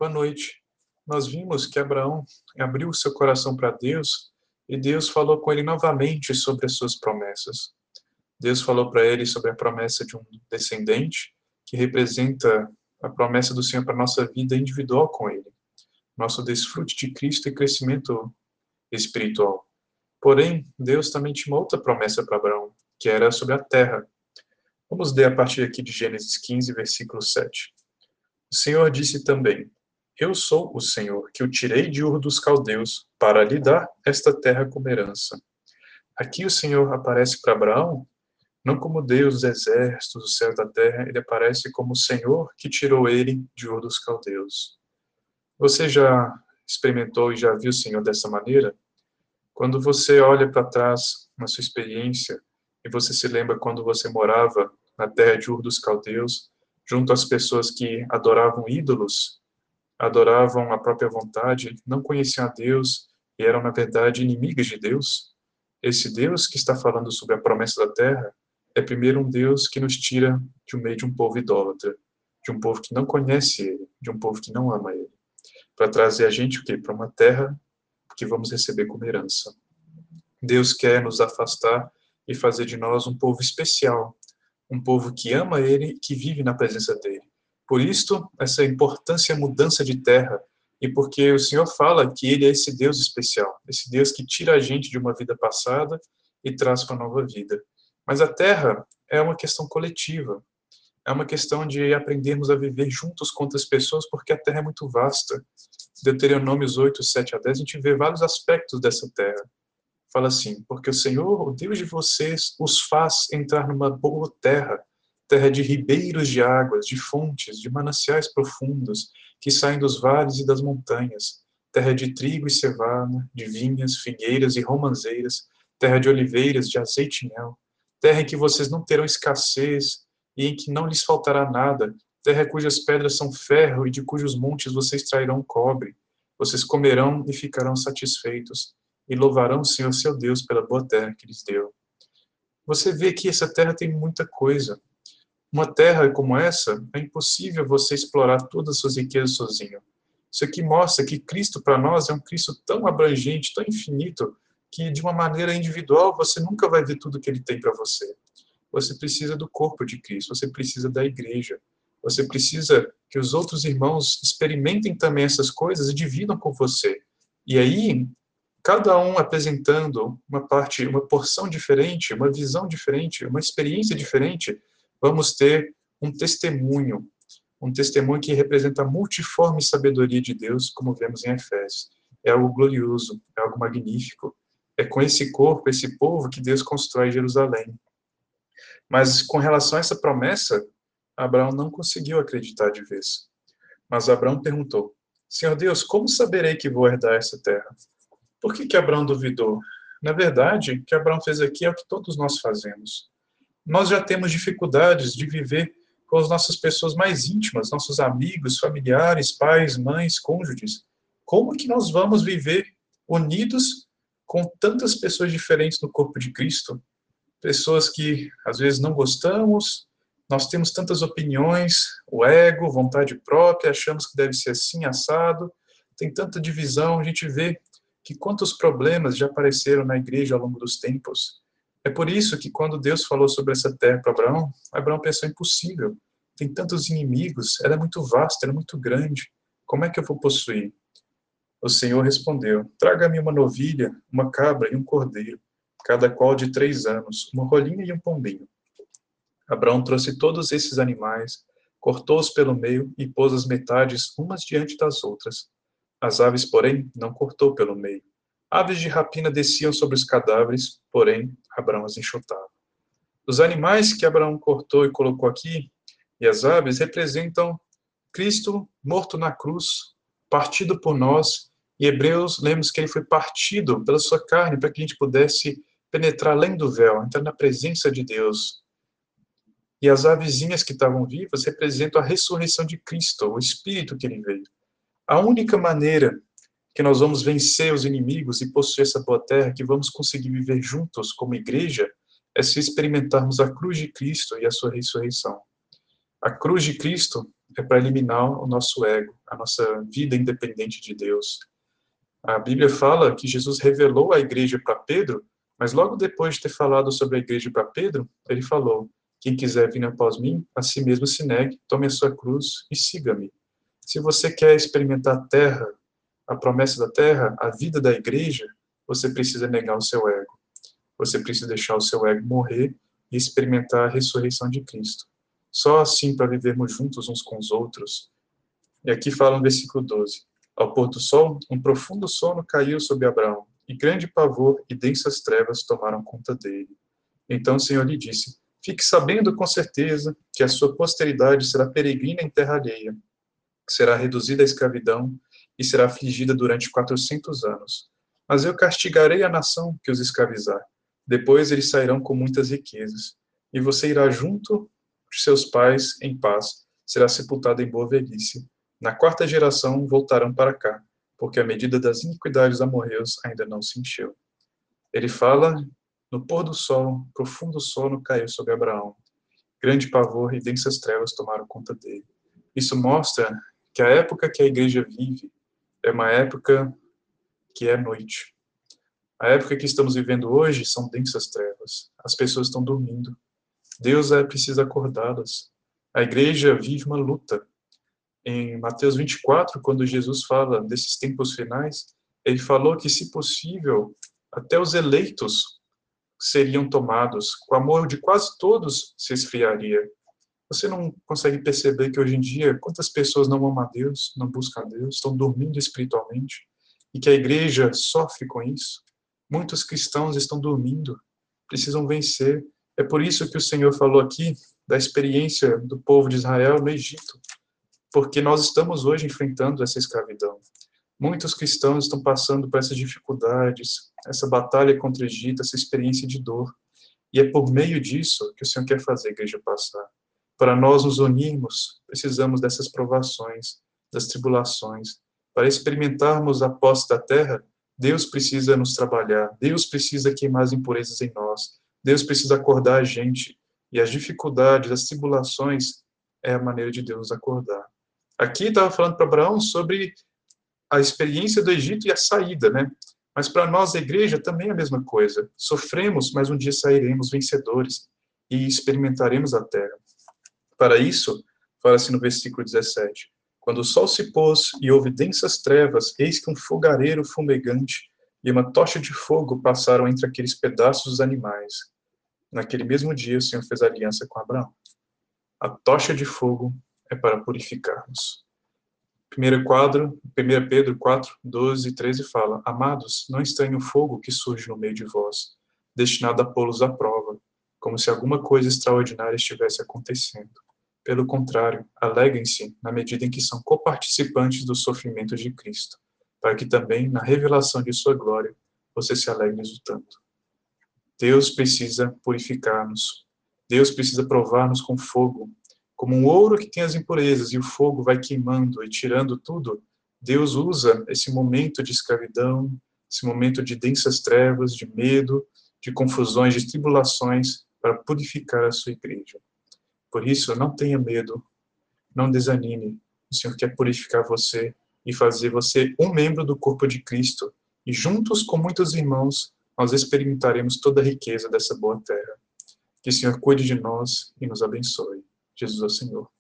Boa noite. Nós vimos que Abraão abriu o seu coração para Deus e Deus falou com ele novamente sobre as suas promessas. Deus falou para ele sobre a promessa de um descendente, que representa a promessa do Senhor para a nossa vida individual com ele, nosso desfrute de Cristo e crescimento espiritual. Porém, Deus também tinha uma outra promessa para Abraão, que era sobre a terra. Vamos ler a partir aqui de Gênesis 15, versículo 7. O Senhor disse também: Eu sou o Senhor, que o tirei de Ur dos Caldeus, para lhe dar esta terra como herança. Aqui o Senhor aparece para Abraão, não como Deus dos exércitos, do céu e da terra, ele aparece como o Senhor que tirou ele de Ur dos Caldeus. Você já experimentou e já viu o Senhor dessa maneira? Quando você olha para trás na sua experiência e você se lembra quando você morava na terra de Ur dos Caldeus, junto às pessoas que adoravam ídolos, adoravam a própria vontade, não conheciam a Deus e eram, na verdade, inimigas de Deus. Esse Deus que está falando sobre a promessa da terra é primeiro um Deus que nos tira de meio de um povo idólatra, de um povo que não conhece Ele, de um povo que não ama Ele, para trazer a gente o quê? Para uma terra que vamos receber como herança. Deus quer nos afastar e fazer de nós um povo especial, um povo que ama Ele e que vive na presença dEle. Por isto, essa importância, mudança de terra, e porque o Senhor fala que Ele é esse Deus especial, esse Deus que tira a gente de uma vida passada e traz para uma nova vida. Mas a terra é uma questão coletiva, é uma questão de aprendermos a viver juntos com outras pessoas, porque a terra é muito vasta. Deuteronômios 8, 7 a 10, a gente vê vários aspectos dessa terra. Fala assim: porque o Senhor, o Deus de vocês, os faz entrar numa boa terra, terra de ribeiros de águas, de fontes, de mananciais profundos, que saem dos vales e das montanhas, terra de trigo e cevada, de vinhas, figueiras e romãzeiras, terra de oliveiras, de azeite e mel, terra em que vocês não terão escassez e em que não lhes faltará nada, terra cujas pedras são ferro e de cujos montes vocês trairão cobre. Vocês comerão e ficarão satisfeitos e louvarão o Senhor seu Deus pela boa terra que lhes deu. Você vê que essa terra tem muita coisa. Uma terra como essa, é impossível você explorar todas as suas riquezas sozinho. Isso aqui mostra que Cristo para nós é um Cristo tão abrangente, tão infinito, que de uma maneira individual você nunca vai ver tudo que ele tem para você. Você precisa do corpo de Cristo, você precisa da igreja. Você precisa que os outros irmãos experimentem também essas coisas e dividam com você. E aí, cada um apresentando uma parte, uma porção diferente, uma visão diferente, uma experiência diferente, vamos ter um testemunho que representa a multiforme sabedoria de Deus, como vemos em Efésios. É algo glorioso, é algo magnífico. É com esse corpo, esse povo, que Deus constrói Jerusalém. Mas com relação a essa promessa, Abraão não conseguiu acreditar de vez. Mas Abraão perguntou: Senhor Deus, como saberei que vou herdar essa terra? Por que Abraão duvidou? Na verdade, o que Abraão fez aqui é o que todos nós fazemos. Nós já temos dificuldades de viver com as nossas pessoas mais íntimas, nossos amigos, familiares, pais, mães, cônjuges. Como que nós vamos viver unidos com tantas pessoas diferentes no corpo de Cristo? Pessoas que às vezes não gostamos, nós temos tantas opiniões, o ego, vontade própria, achamos que deve ser assim, assado, tem tanta divisão, a gente vê que quantos problemas já apareceram na igreja ao longo dos tempos. É por isso que quando Deus falou sobre essa terra para Abraão, Abraão pensou: impossível, tem tantos inimigos, ela é muito vasta, ela é muito grande, como é que eu vou possuir? O Senhor respondeu: traga-me uma novilha, uma cabra e um cordeiro, cada qual de 3 anos, uma rolinha e um pombinho. Abraão trouxe todos esses animais, cortou-os pelo meio e pôs as metades umas diante das outras. As aves, porém, não cortou pelo meio. Aves de rapina desciam sobre os cadáveres, porém, Abraão as enxotava. Os animais que Abraão cortou e colocou aqui, e as aves, representam Cristo morto na cruz, partido por nós, e Hebreus, lemos que ele foi partido pela sua carne, para que a gente pudesse penetrar além do véu, entrar na presença de Deus. E as avezinhas que estavam vivas representam a ressurreição de Cristo, o Espírito que ele veio. A única maneira que nós vamos vencer os inimigos e possuir essa boa terra, que vamos conseguir viver juntos como igreja, é se experimentarmos a cruz de Cristo e a sua ressurreição. A cruz de Cristo é para eliminar o nosso ego, a nossa vida independente de Deus. A Bíblia fala que Jesus revelou a igreja para Pedro, mas logo depois de ter falado sobre a igreja para Pedro, ele falou: quem quiser vir após mim, a si mesmo se negue, tome a sua cruz e siga-me. Se você quer experimentar a terra, a promessa da terra, a vida da igreja, você precisa negar o seu ego. Você precisa deixar o seu ego morrer e experimentar a ressurreição de Cristo. Só assim para vivermos juntos uns com os outros. E aqui fala no versículo 12. Ao pôr do sol, um profundo sono caiu sobre Abraão, e grande pavor e densas trevas tomaram conta dele. Então o Senhor lhe disse: fique sabendo com certeza que a sua posteridade será peregrina em terra alheia, será reduzida à escravidão e será afligida durante 400 anos. Mas eu castigarei a nação que os escravizar. Depois eles sairão com muitas riquezas, e você irá junto de seus pais em paz, será sepultado em boa velhice. Na quarta geração voltarão para cá, porque a medida das iniquidades amorreus ainda não se encheu. Ele fala: no pôr do sol, profundo sono caiu sobre Abraão. Grande pavor e densas trevas tomaram conta dele. Isso mostra que a época que a igreja vive é uma época que é noite. A época que estamos vivendo hoje são densas trevas. As pessoas estão dormindo. Deus precisa acordá-las. A igreja vive uma luta. Em Mateus 24, quando Jesus fala desses tempos finais, ele falou que, se possível, até os eleitos seriam tomados. O amor de quase todos se esfriaria. Você não consegue perceber que hoje em dia, quantas pessoas não amam a Deus, não buscam a Deus, estão dormindo espiritualmente, e que a igreja sofre com isso? Muitos cristãos estão dormindo, precisam vencer. É por isso que o Senhor falou aqui da experiência do povo de Israel no Egito, porque nós estamos hoje enfrentando essa escravidão. Muitos cristãos estão passando por essas dificuldades, essa batalha contra o Egito, essa experiência de dor. E é por meio disso que o Senhor quer fazer a igreja passar. Para nós nos unirmos, precisamos dessas provações, das tribulações. Para experimentarmos a posse da terra, Deus precisa nos trabalhar, Deus precisa queimar as impurezas em nós, Deus precisa acordar a gente. E as dificuldades, as tribulações, é a maneira de Deus nos acordar. Aqui estava falando para Abraão sobre a experiência do Egito e a saída, né? Mas para nós, a igreja, também é a mesma coisa. Sofremos, mas um dia sairemos vencedores e experimentaremos a terra. Para isso, fala-se no versículo 17, quando o sol se pôs e houve densas trevas, eis que um fogareiro fumegante e uma tocha de fogo passaram entre aqueles pedaços dos animais. Naquele mesmo dia, o Senhor fez aliança com Abraão. A tocha de fogo é para purificar-nos. 1 Pedro 4, 12 e 13 fala: amados, não estranhem o fogo que surge no meio de vós, destinado a pô-los à prova, como se alguma coisa extraordinária estivesse acontecendo. Pelo contrário, alegrem-se na medida em que são coparticipantes dos sofrimentos de Cristo, para que também, na revelação de sua glória, você se alegre exultando. Deus precisa purificar-nos. Deus precisa provar-nos com fogo. Como um ouro que tem as impurezas e o fogo vai queimando e tirando tudo, Deus usa esse momento de escravidão, esse momento de densas trevas, de medo, de confusões, de tribulações, para purificar a sua igreja. Por isso, não tenha medo, não desanime. O Senhor quer purificar você e fazer você um membro do corpo de Cristo. E juntos com muitos irmãos, nós experimentaremos toda a riqueza dessa boa terra. Que o Senhor cuide de nós e nos abençoe. Jesus é o Senhor.